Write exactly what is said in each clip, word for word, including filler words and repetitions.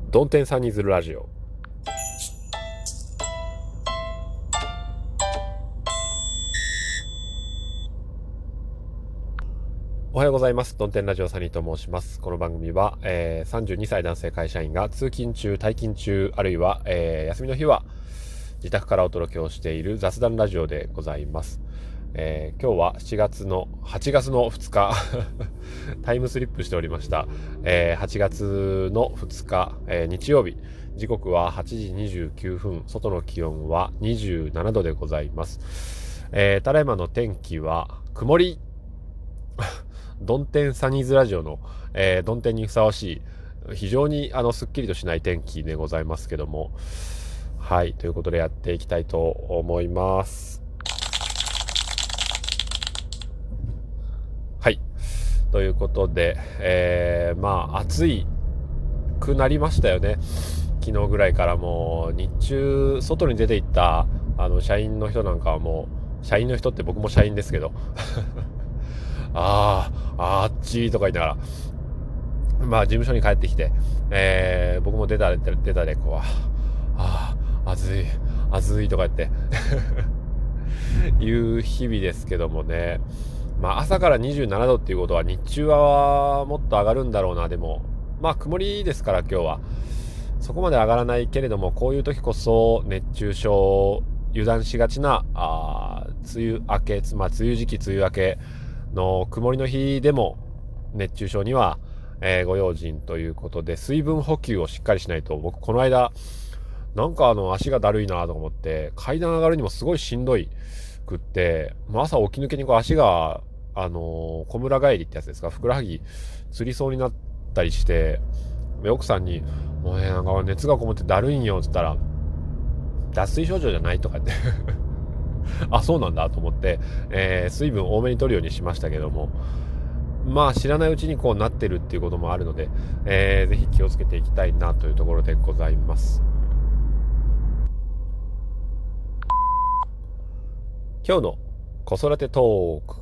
ドンテンサニーズルラジオ。おはようございます。ドンテンラジオサニーと申します。この番組は、えー、さんじゅうにさい男性会社員が通勤中、退勤中、あるいは、えー、休みの日は自宅からお届けをしている雑談ラジオでございます。えー、今日はしちがつのはちがつのふつかタイムスリップしておりました。えー、はちがつのふつか、えー、日曜日、時刻ははちじにじゅうきゅうふん、外の気温はにじゅうななどでございます。えー、ただいまの天気は曇り。ドンテンサニーズラジオの、えー、ドンテンにふさわしい非常にあのすっきりとしない天気でございますけども、はい、ということでやっていきたいと思います。はい、ということで、えー、まあ暑いくなりましたよね。昨日ぐらいからもう日中外に出て行ったあの社員の人なんかはもう、社員の人って僕も社員ですけどあーあーっちーとか言いながら、まあ事務所に帰ってきて、えー、僕も出たで出たでこう、ああ暑い暑いとか言っていう日々ですけどもね。まあ朝からにじゅうななどっていうことは日中はもっと上がるんだろうな。でもまあ曇りですから今日はそこまで上がらないけれども、こういう時こそ熱中症油断しがちなあ梅雨明け、まあ梅雨時期梅雨明けの曇りの日でも熱中症には、えー、ご用心ということで、水分補給をしっかりしないと。僕この間なんかあの足がだるいなと思って階段上がるにもすごいしんどいくって、朝起き抜けにこう足があのー、小村帰りってやつですか、ふくらはぎつりそうになったりして、奥さんにもうねなんか熱がこもってだるいんよって言ったら、脱水症状じゃないとかってあ、そうなんだと思って、えー、水分多めに取るようにしましたけども、まあ知らないうちにこうなってるっていうこともあるので、えー、ぜひ気をつけていきたいなというところでございます。今日の子育てトーク。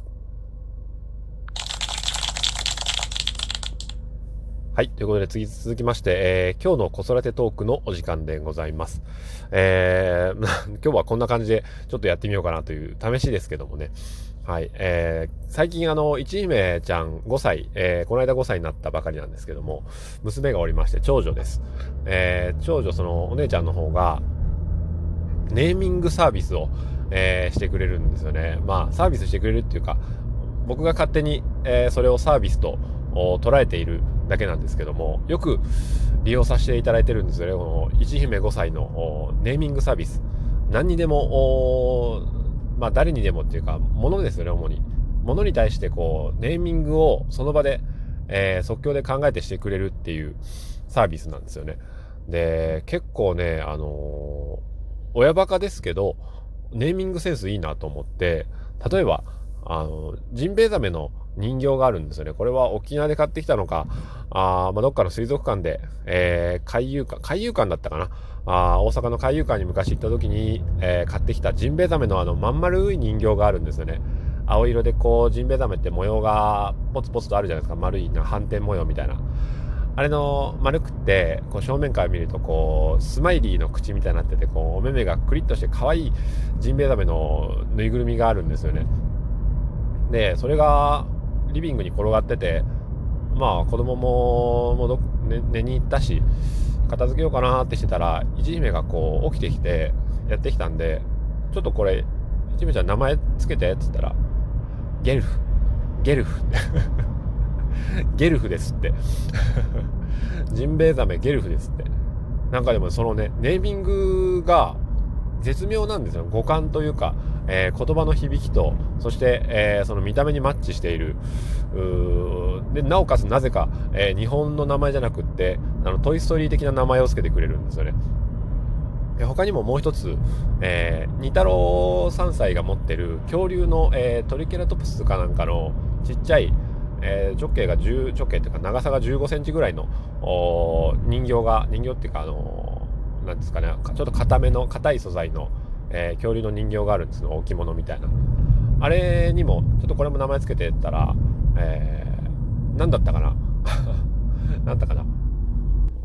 はい、ということで次続きまして、えー、今日の子育てトークのお時間でございます。えー、今日はこんな感じでちょっとやってみようかなという試しですけどもね。はい、えー、最近あの一姫ちゃんごさい、えー、この間ごさいになったばかりなんですけども、娘がおりまして長女です。えー、長女、そのお姉ちゃんの方がネーミングサービスを、えー、してくれるんですよね。まあサービスしてくれるっていうか、僕が勝手に、えー、それをサービスと捉えているだけなんですけども、よく利用させていただいてるんですよね。この一姫ごさいのネーミングサービス。何にでも、まあ誰にでもっていうか、物ですよね、主に。物に対してこう、ネーミングをその場で、えー、即興で考えてしてくれるっていうサービスなんですよね。で、結構ね、あのー、親バカですけど、ネーミングセンスいいなと思って、例えば、あの、ジンベエザメの人形があるんですよね。これは沖縄で買ってきたのか、あまあ、どっかの水族館で、えー、海遊館、海遊館だったかな。あ大阪の海遊館に昔行った時に、えー、買ってきたジンベエザメのあのまん丸い人形があるんですよね。青色でこう、ジンベエザメって模様がポツポツとあるじゃないですか。丸いな斑点模様みたいな。あれの丸くってこう正面から見るとこうスマイリーの口みたいになってて、こうお目目がクリッとして可愛いジンベエザメのぬいぐるみがあるんですよね。でそれがリビングに転がってて、まあ子供ももど、ね、寝に行ったし片付けようかなってしてたら、一姫がこう起きてきてやってきたんで、ちょっとこれ一姫ちゃん名前つけてって言ったら、ゲルフゲルフゲルフですってジンベエザメゲルフですって。なんかでもそのね、ネーミングが絶妙なんですよ。語感というか、えー、言葉の響きと、そして、えー、その見た目にマッチしている。うーでなおかつなぜか、えー、日本の名前じゃなくって、あのトイストーリー的な名前を付けてくれるんですよね。他にももう一つ、えー、ニタロウさんさいが持ってる恐竜の、えー、トリケラトプスかなんかのちっちゃい、えー、直径がじゅう直径っていうか長さがじゅうごセンチぐらいの人形が人形っていうか、あのー、なんですかね、ちょっと硬めの硬い素材の、えー、恐竜の人形があるんですよ。置物みたいな。あれにもちょっとこれも名前つけてったら、えー、なんだったかななんだかな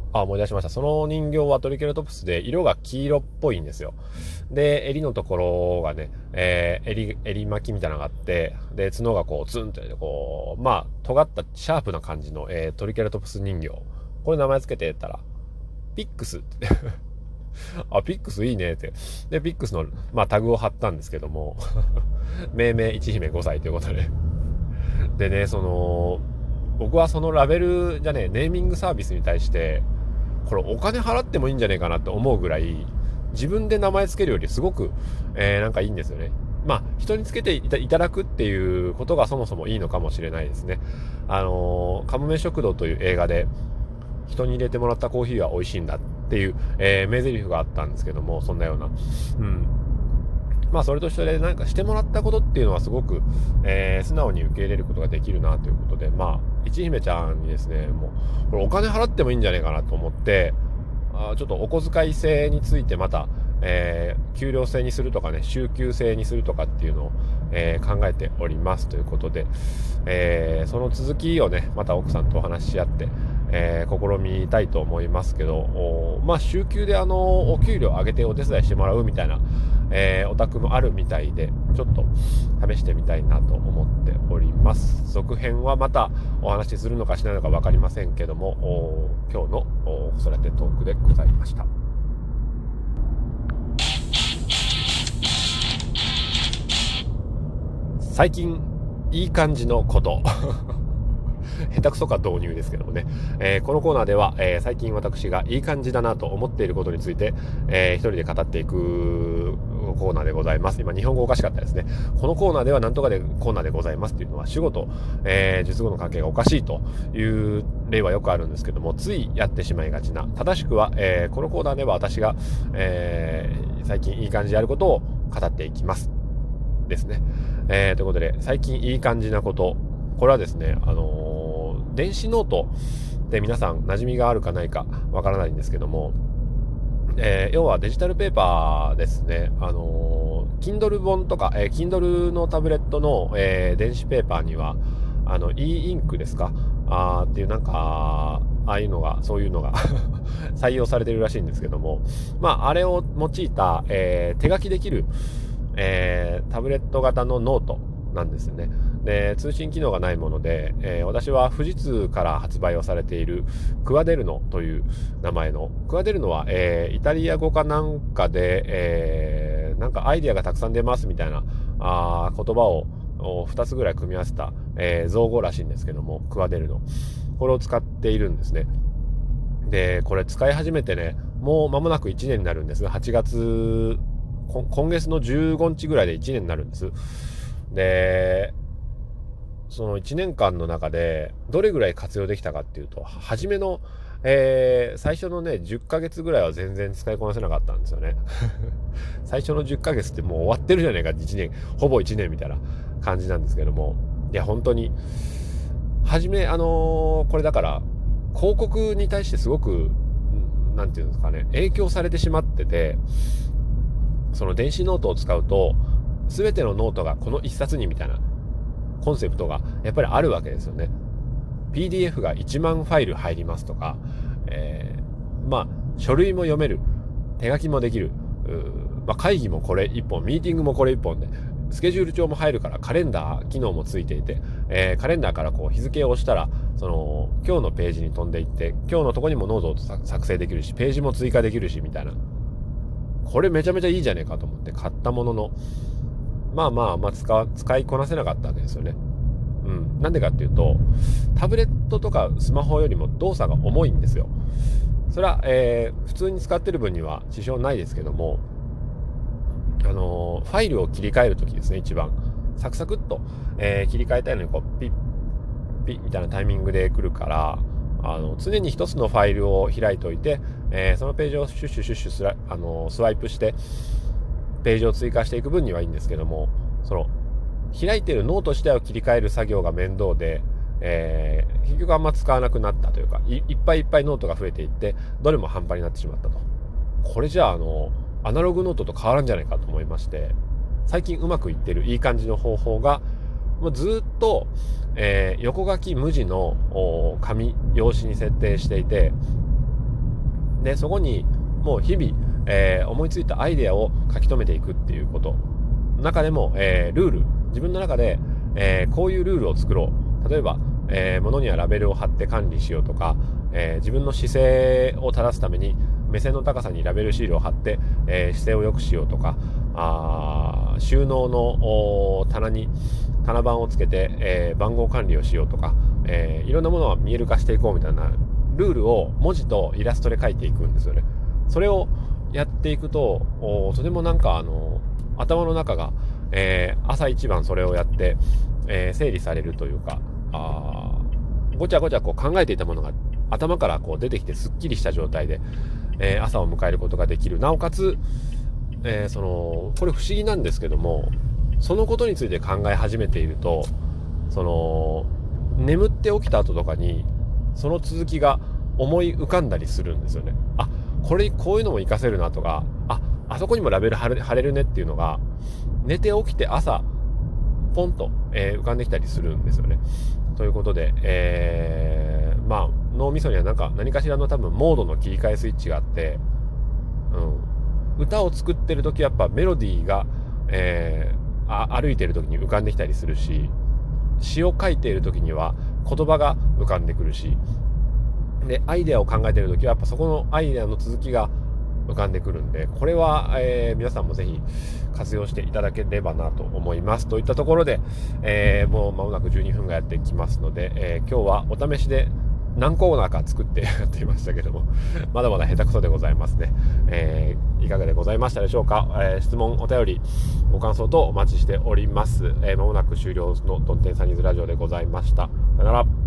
あ、思い出しました。その人形はトリケラトプスで色が黄色っぽいんですよ。で、襟のところがね、えー、襟、襟巻きみたいなのがあって、で、角がこう、ツンって、こう、まあ、尖ったシャープな感じの、えー、トリケラトプス人形。これ名前つけてたら、ピックスって。あ、ピックスいいねって。で、ピックスの、まあ、タグを貼ったんですけども、命名いち姫ごさいということで。でね、その、僕はそのラベルじゃね、ネーミングサービスに対して、これお金払ってもいいんじゃねえかなって思うぐらい、自分で名前つけるよりすごく、えー、なんかいいんですよね。まあ、人につけていた、いただくっていうことがそもそもいいのかもしれないですね。あのー、カモメ食堂という映画で、人に入れてもらったコーヒーは美味しいんだっていう、えー、名台詞があったんですけども、そんなような。うん。まあ、それと一緒で、なんかしてもらったことっていうのはすごく、えー、素直に受け入れることができるなということで、まあ、一姫ちゃんにですね、もう、これお金払ってもいいんじゃないかなと思って、あちょっとお小遣い制についてまた、えー、給料制にするとかね、週給制にするとかっていうのを、えー、考えておりますということで、えー、その続きをね、また奥さんとお話し合って、えー、試みたいと思いますけど、おまあ、週休であの、お給料上げてお手伝いしてもらうみたいな、えー、お宅もあるみたいで、ちょっと試してみたいなと思っております。続編はまたお話しするのかしないのか分かりませんけども、今日の子育てトークでございました。最近いい感じのこと下手くそか導入ですけどもね、えー、このコーナーでは、えー、最近私がいい感じだなと思っていることについて、えー、一人で語っていくコーナーでございます。今日本語おかしかったですね。このコーナーではなんとかでコーナーでございますっていうのは、主語と、えー、述語の関係がおかしいという例はよくあるんですけども、ついやってしまいがちな。正しくは、えー、このコーナーでは私が、えー、最近いい感じであることを語っていきますですね。えー、ということで、最近いい感じなこと、これはですね、あのー電子ノートって皆さん馴染みがあるかないかわからないんですけども、えー、要はデジタルペーパーですね。あのー、Kindle 本とか、えー、Kindle のタブレットの、えー、電子ペーパーには、あの、e インクですかあーっていうなんか、ああいうのが、そういうのが採用されているらしいんですけども、まあ、あれを用いた、えー、手書きできる、えー、タブレット型のノートなんですね。で、通信機能がないもので、えー、私は富士通から発売をされているクワデルノという名前の、クワデルノは、えー、イタリア語かなんかで、えー、なんかアイディアがたくさん出ますみたいなあ言葉をふたつぐらい組み合わせた、えー、造語らしいんですけども、クワデルノ。これを使っているんですね。で、これ使い始めてね、もう間もなくいちねんになるんですが、はちがつ、今月のじゅうごにちぐらいでいちねんになるんです。で、そのいちねんかんの中でどれぐらい活用できたかっていうと、初めの、えー、最初のねじゅっかげつぐらいは全然使いこなせなかったんですよね最初のじゅっかげつってもう終わってるじゃないか、いちねん、ほぼいちねんみたいな感じなんですけども、いや本当に初めあのー、これだから広告に対してすごくなんていうんですかね、影響されてしまってて、その電子ノートを使うと全てのノートがこの一冊にみたいなコンセプトがやっぱりあるわけですよね。 ピーディーエフ がいちまんファイル入りますとか、えー、まあ書類も読める、手書きもできる、まあ、会議もこれいっぽん、ミーティングもこれいっぽんで、スケジュール帳も入るからカレンダー機能もついていて、えー、カレンダーからこう日付を押したらその今日のページに飛んでいって、今日のとこにもノートを作成できるし、ページも追加できるしみたいな、これめちゃめちゃいいじゃねえかと思って買ったものの、まあまあ、まあ使、使いこなせなかったわけですよね。うん。なんでかっていうと、タブレットとかスマホよりも動作が重いんですよ。それは、えー、普通に使ってる分には支障ないですけども、あのー、ファイルを切り替えるときですね、一番。サクサクっと、えー、切り替えたいのに、こう、ピッ、ピッみたいなタイミングで来るから、あの、常に一つのファイルを開いておいて、えー、そのページをシュッシュシュッシュスラ、あのー、スワイプして、ページを追加していく分にはいいんですけども、その開いてるノート自体を切り替える作業が面倒で、えー、結局あんま使わなくなったというか、 い, いっぱいいっぱいノートが増えていってどれも半端になってしまったと。これじゃああのアナログノートと変わらんじゃないかと思いまして、最近うまくいってるいい感じの方法が、もうずっと、えー、横書き無地の紙用紙に設定していて、 でそこにもう日々、えー、思いついたアイデアを書き留めていくっていうこと中でも、えー、ルール自分の中で、えー、こういうルールを作ろう。例えば、えー、物にはラベルを貼って管理しようとか、えー、自分の姿勢を正すために目線の高さにラベルシールを貼って、えー、姿勢を良くしようとか、あ収納の棚に棚番をつけて、えー、番号管理をしようとか、えー、いろんなものは見える化していこうみたいなルールを文字とイラストで書いていくんですよね。それをやっていくととてもなんかあの頭の中が、えー、朝一番それをやって、えー、整理されるというか、あごちゃごちゃこう考えていたものが頭からこう出てきてすっきりした状態で、えー、朝を迎えることができる。なおかつ、えー、そのこれ不思議なんですけども、そのことについて考え始めていると、その眠って起きた後とかにその続きが思い浮かんだりするんですよね。あ、これこういうのも活かせるなとか、あ、あそこにもラベル貼れ、貼れるねっていうのが寝て起きて朝ポンと、えー、浮かんできたりするんですよね。ということで、えー、まあ脳みそにはなんか何かしらの多分モードの切り替えスイッチがあって、うん、歌を作ってる時はやっぱメロディーが、えー、あ歩いてる時に浮かんできたりするし、詩を書いている時には言葉が浮かんでくるし、でアイデアを考えている時はやっぱそこのアイデアの続きが浮かんでくるんで、これは、えー、皆さんもぜひ活用していただければなと思います。といったところで、えー、もう間もなくじゅうにふんがやってきますので、えー、今日はお試しで何コーナーか作ってやっていましたけどもまだまだ下手くそでございますね。えー、いかがでございましたでしょうか。えー、質問お便りご感想とお待ちしております。えー、間もなく終了のドンテンサニーズラジオでございました。さよなら。